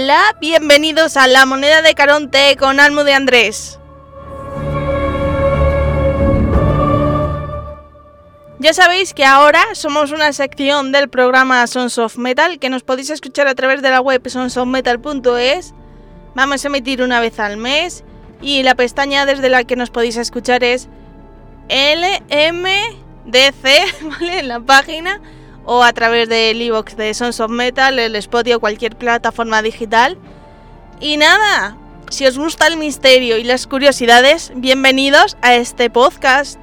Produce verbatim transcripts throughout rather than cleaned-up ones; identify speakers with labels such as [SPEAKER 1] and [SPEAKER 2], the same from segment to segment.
[SPEAKER 1] Hola, bienvenidos a La Moneda de Caronte con Almu de Andrés. Ya sabéis que ahora somos una sección del programa Sons of Metal que nos podéis escuchar a través de la web sons of metal punto es. Vamos a emitir una vez al mes y la pestaña desde la que nos podéis escuchar es L M D C, ¿vale? En la página, o a través del iVoox de Sons of Metal, el Spotify o cualquier plataforma digital. Y nada, si os gusta el misterio y las curiosidades, bienvenidos a este podcast.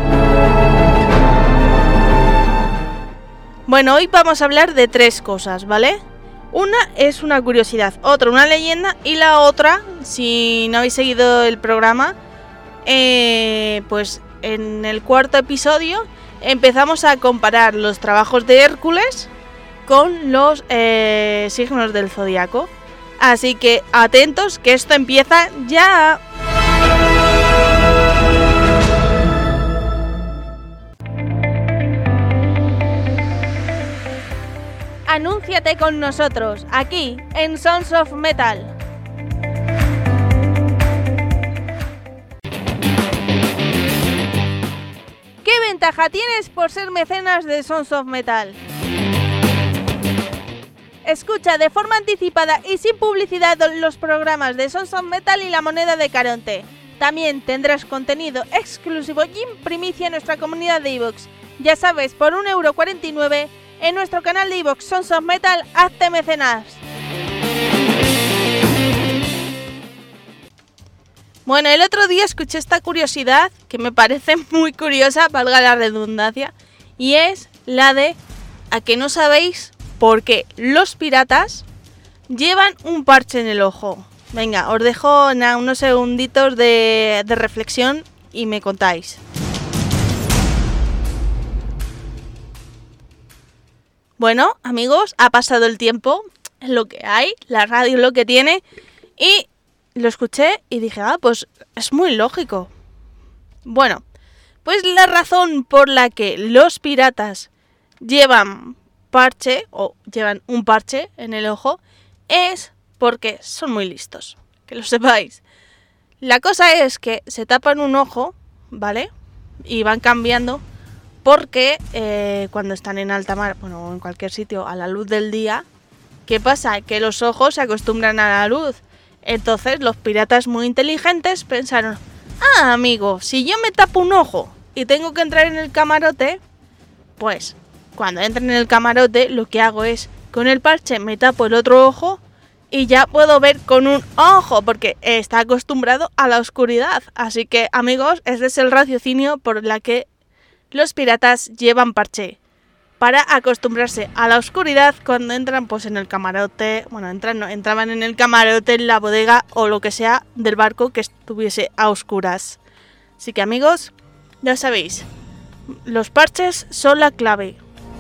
[SPEAKER 1] Bueno, hoy vamos a hablar de tres cosas, ¿vale? Una es una curiosidad, otra una leyenda y la otra, si no habéis seguido el programa, eh, pues en el cuarto episodio empezamos a comparar los trabajos de Hércules con los eh, signos del zodiaco. Así que atentos, que esto empieza ya. Anúnciate con nosotros, aquí, en Sons of Metal. ¿Qué ventaja tienes por ser mecenas de Sons of Metal? Escucha de forma anticipada y sin publicidad los programas de Sons of Metal y La Moneda de Caronte. También tendrás contenido exclusivo y en primicia en nuestra comunidad de iVoox. Ya sabes, por un euro cuarenta y nueve en nuestro canal de iVoox Sons of Metal, hazte mecenas. Bueno, el otro día escuché esta curiosidad que me parece muy curiosa, valga la redundancia, y es la de a que no sabéis por qué los piratas llevan un parche en el ojo. Venga, os dejo na, unos segunditos de, de reflexión y me contáis. Bueno, amigos, ha pasado el tiempo, es lo que hay, la radio es lo que tiene, y lo escuché y dije, ah, pues es muy lógico. Bueno, pues la razón por la que los piratas llevan parche, o llevan un parche en el ojo, es porque son muy listos, que lo sepáis. La cosa es que se tapan un ojo, ¿vale? Y van cambiando. Porque eh, cuando están en alta mar, bueno, en cualquier sitio, a la luz del día, ¿qué pasa? Que los ojos se acostumbran a la luz. Entonces los piratas muy inteligentes pensaron, ah, amigo, si yo me tapo un ojo y tengo que entrar en el camarote, pues cuando entren en el camarote lo que hago es, con el parche me tapo el otro ojo y ya puedo ver con un ojo, porque está acostumbrado a la oscuridad. Así que, amigos, ese es el raciocinio por la que los piratas llevan parche, para acostumbrarse a la oscuridad cuando entran pues en el camarote, bueno, entran, no, entraban en el camarote, en la bodega o lo que sea del barco que estuviese a oscuras. Así que, amigos, ya sabéis, los parches son la clave.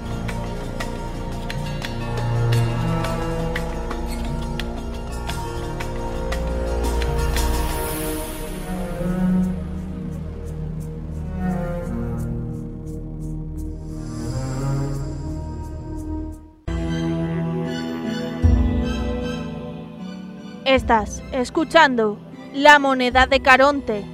[SPEAKER 1] Estás escuchando La Moneda de Caronte.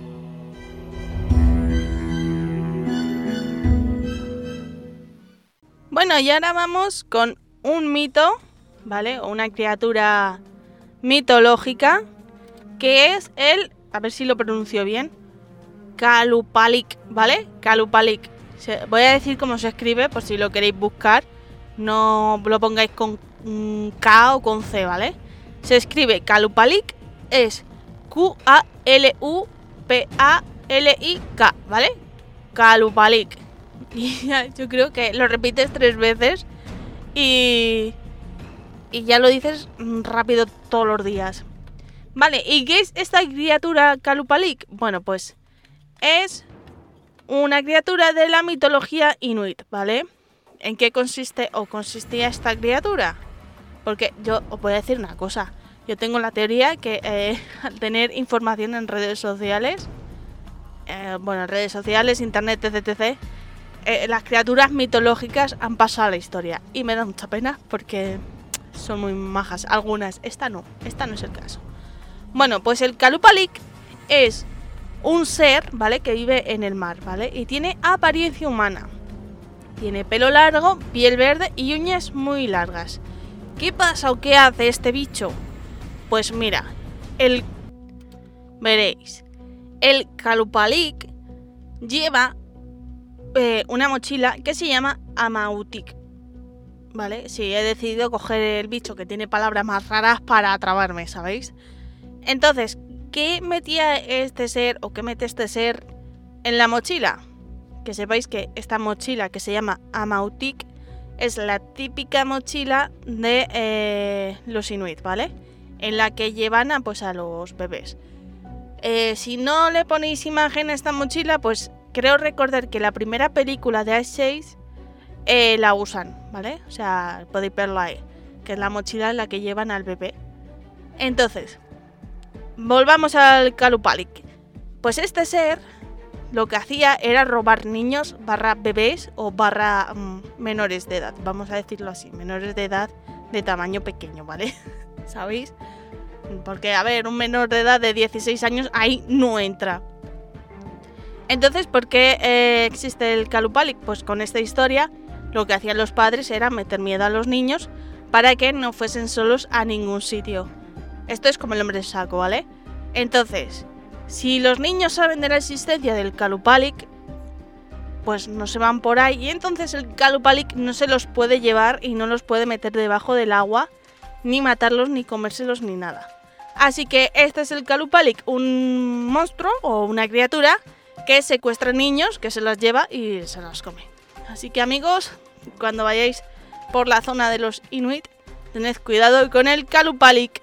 [SPEAKER 1] Bueno, y ahora vamos con un mito, ¿vale? O una criatura mitológica, que es el, a ver si lo pronuncio bien, Kalupalik, ¿vale? Kalupalik. Voy a decir cómo se escribe, por si lo queréis buscar. No lo pongáis con K o con C, ¿vale? Se escribe Kalupalik, es Q A L U P A L I K, ¿vale? Kalupalik. Y yo creo que lo repites tres veces y, y ya lo dices rápido todos los días. Vale, ¿y qué es esta criatura Kalupalik? Bueno, pues es una criatura de la mitología inuit, ¿vale? ¿En qué consiste o consistía esta criatura? Porque yo os voy a decir una cosa. Yo tengo la teoría que eh, al tener información en redes sociales, eh, bueno, en redes sociales, internet, etcétera, etcétera, eh, las criaturas mitológicas han pasado a la historia. Y me da mucha pena porque son muy majas, algunas, esta no, esta no es el caso. Bueno, pues el Kalupalik es un ser, ¿vale? Que vive en el mar, ¿vale? Y tiene apariencia humana. Tiene pelo largo, piel verde y uñas muy largas. ¿Qué pasa o qué hace este bicho? Pues mira, el... veréis, el Kalupalik lleva eh, una mochila que se llama Amautik, ¿vale? Sí, he decidido coger el bicho que tiene palabras más raras para trabarme, ¿sabéis? Entonces, ¿qué metía este ser o qué mete este ser en la mochila? Que sepáis que esta mochila que se llama Amautik es la típica mochila de eh, los inuit, ¿vale? En la que llevan a, pues, a los bebés. Eh, si no le ponéis imagen a esta mochila, pues creo recordar que la primera película de Ice Age eh, la usan, ¿vale? O sea, podéis verlo ahí, que es la mochila en la que llevan al bebé. Entonces, volvamos al Kalupalik. Pues este ser lo que hacía era robar niños barra bebés o barra um, menores de edad, vamos a decirlo así, menores de edad de tamaño pequeño, ¿vale? ¿Sabéis? Porque, a ver, un menor de edad de dieciséis años ahí no entra. Entonces, ¿por qué eh, existe el Kalupalik? Pues con esta historia lo que hacían los padres era meter miedo a los niños para que no fuesen solos a ningún sitio. Esto es como el hombre saco, ¿vale? Entonces, si los niños saben de la existencia del Kalupalik, pues no se van por ahí y entonces el Kalupalik no se los puede llevar y no los puede meter debajo del agua, ni matarlos, ni comérselos, ni nada. Así que este es el Kalupalik, un monstruo o una criatura que secuestra niños, que se los lleva y se los come. Así que amigos, cuando vayáis por la zona de los inuit, tened cuidado con el Kalupalik.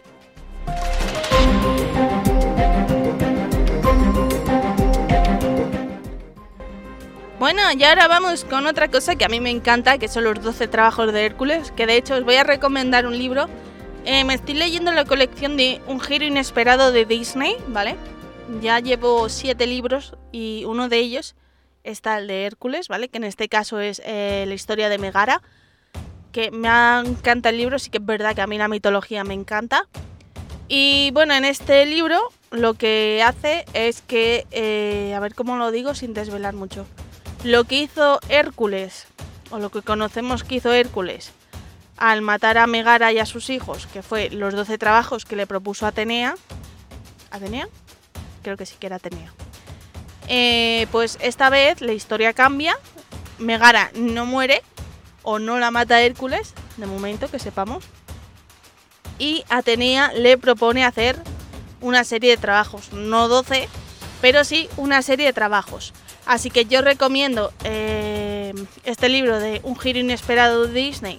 [SPEAKER 1] Bueno, y ahora vamos con otra cosa que a mí me encanta, que son los doce trabajos de Hércules, que de hecho os voy a recomendar un libro. Eh, me estoy leyendo la colección de Un giro inesperado de Disney, ¿vale? Ya llevo siete libros y uno de ellos está el de Hércules, ¿vale? Que en este caso es eh, la historia de Megara, que me encanta el libro, sí que es verdad que a mí la mitología me encanta. Y bueno, en este libro lo que hace es que, eh, a ver cómo lo digo sin desvelar mucho, lo que hizo Hércules, o lo que conocemos que hizo Hércules, al matar a Megara y a sus hijos, que fue los doce trabajos que le propuso Atenea. ¿Atenea? Creo que sí que era Atenea. Eh, pues esta vez la historia cambia. Megara no muere, o no la mata Hércules, de momento que sepamos. Y Atenea le propone hacer una serie de trabajos, no doce, pero sí una serie de trabajos. Así que yo recomiendo eh, este libro de Un giro inesperado de Disney.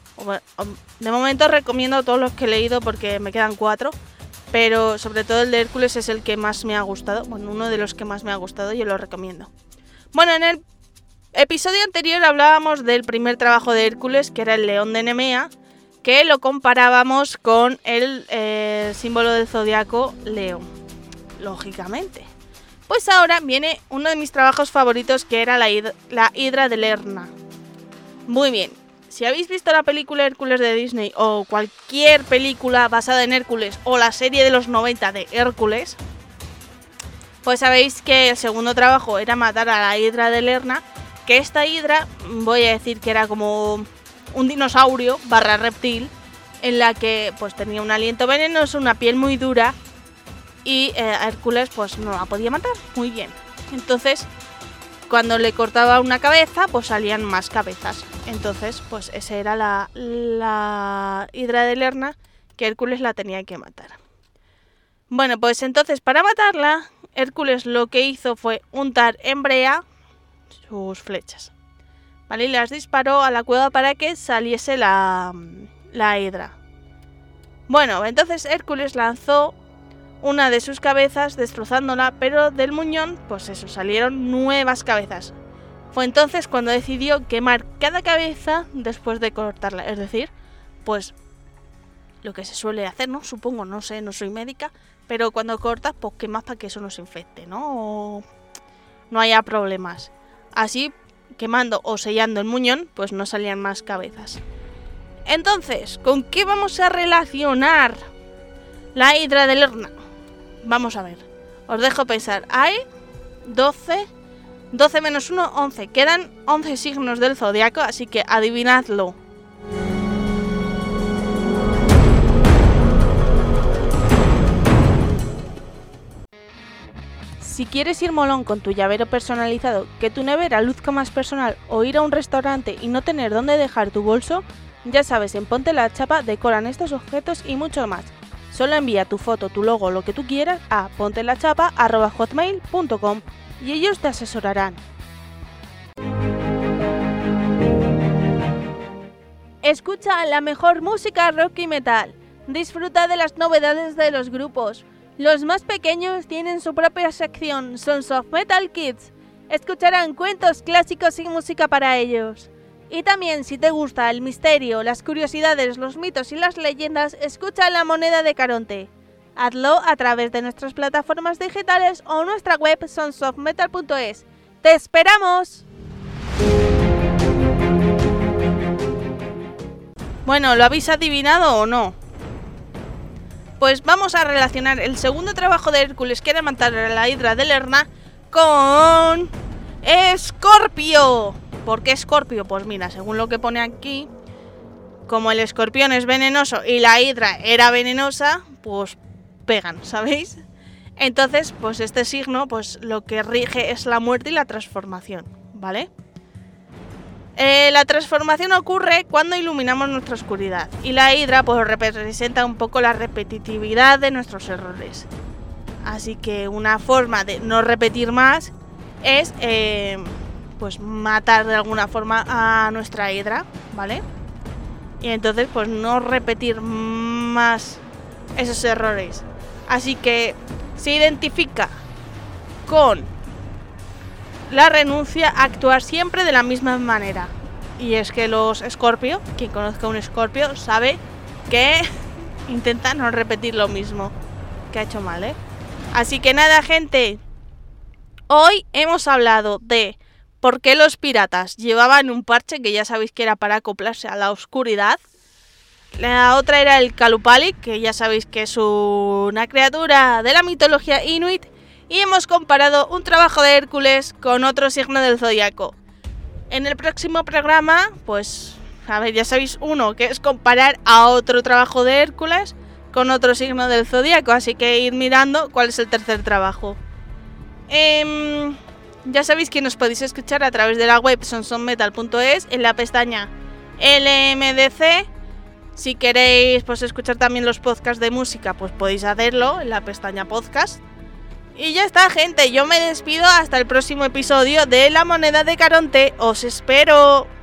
[SPEAKER 1] De momento recomiendo todos los que he leído porque me quedan cuatro, pero sobre todo el de Hércules es el que más me ha gustado, bueno, uno de los que más me ha gustado y yo lo recomiendo. Bueno, en el episodio anterior hablábamos del primer trabajo de Hércules, que era el león de Nemea, que lo comparábamos con el eh, símbolo del zodiaco León, lógicamente. Pues ahora viene uno de mis trabajos favoritos, que era la, hid- la Hidra de Lerna. Muy bien. Si habéis visto la película Hércules de Disney o cualquier película basada en Hércules o la serie de los noventa de Hércules, pues sabéis que el segundo trabajo era matar a la Hidra de Lerna, que esta Hidra, voy a decir que era como un dinosaurio barra reptil, en la que pues tenía un aliento venenoso, una piel muy dura y eh, Hércules pues no la podía matar muy bien. Entonces, cuando le cortaba una cabeza, pues salían más cabezas. Entonces, pues esa era la, la Hidra de Lerna, que Hércules la tenía que matar. Bueno, pues entonces para matarla, Hércules lo que hizo fue untar en brea sus flechas, ¿vale? Y las disparó a la cueva para que saliese la, la Hidra. Bueno, entonces Hércules lanzó una de sus cabezas destrozándola, pero del muñón, pues eso, salieron nuevas cabezas. Fue entonces cuando decidió quemar cada cabeza después de cortarla, es decir, pues lo que se suele hacer, ¿no? Supongo, no sé, no soy médica, pero cuando cortas, pues quemas para que eso no se infecte, ¿no? O no haya problemas. Así, quemando o sellando el muñón, pues no salían más cabezas. Entonces, ¿con qué vamos a relacionar la Hidra de Lerna? Vamos a ver. Os dejo pensar. Hay doce, doce menos uno, once. Quedan once signos del zodiaco, así que adivinadlo. Si quieres ir molón con tu llavero personalizado, que tu nevera luzca más personal o ir a un restaurante y no tener dónde dejar tu bolso, ya sabes, en Ponte la Chapa decoran estos objetos y mucho más. Solo envía tu foto, tu logo, lo que tú quieras a pontelachapa arroba hotmail punto com y ellos te asesorarán. Escucha la mejor música rock y metal. Disfruta de las novedades de los grupos. Los más pequeños tienen su propia sección, Sons of Metal Kids. Escucharán cuentos clásicos y música para ellos. Y también, si te gusta el misterio, las curiosidades, los mitos y las leyendas, escucha La Moneda de Caronte. Hazlo a través de nuestras plataformas digitales o nuestra web sons of metal punto es. ¡Te esperamos! Bueno, ¿lo habéis adivinado o no? Pues vamos a relacionar el segundo trabajo de Hércules, que era matar a la Hidra de Lerna, con Escorpio. ¿Por qué Escorpio? Pues mira, según lo que pone aquí, como el escorpión es venenoso y la Hidra era venenosa, pues pegan, ¿sabéis? Entonces, pues este signo, pues lo que rige es la muerte y la transformación, ¿vale? Eh, la transformación ocurre cuando iluminamos nuestra oscuridad y la Hidra pues representa un poco la repetitividad de nuestros errores. Así que una forma de no repetir más es eh, pues matar de alguna forma a nuestra Hidra, ¿vale? Y entonces pues no repetir más esos errores. Así que se identifica con la renuncia a actuar siempre de la misma manera. Y es que los Escorpio, quien conozca un Escorpio, sabe que intenta no repetir lo mismo que ha hecho mal, ¿eh? Así que nada, gente. Hoy hemos hablado de por qué los piratas llevaban un parche, que ya sabéis que era para acoplarse a la oscuridad. La otra era el Kalupali, que ya sabéis que es una criatura de la mitología inuit. Y hemos comparado un trabajo de Hércules con otro signo del zodiaco. En el próximo programa, pues, a ver, ya sabéis uno, que es comparar a otro trabajo de Hércules con otro signo del zodiaco. Así que ir mirando cuál es el tercer trabajo. Eh, ya sabéis que nos podéis escuchar a través de la web sons of metal punto es en la pestaña L M D C. Si queréis pues escuchar también los podcasts de música, pues podéis hacerlo en la pestaña podcast. Y ya está, gente, yo me despido hasta el próximo episodio de La Moneda de Caronte. ¡Os espero!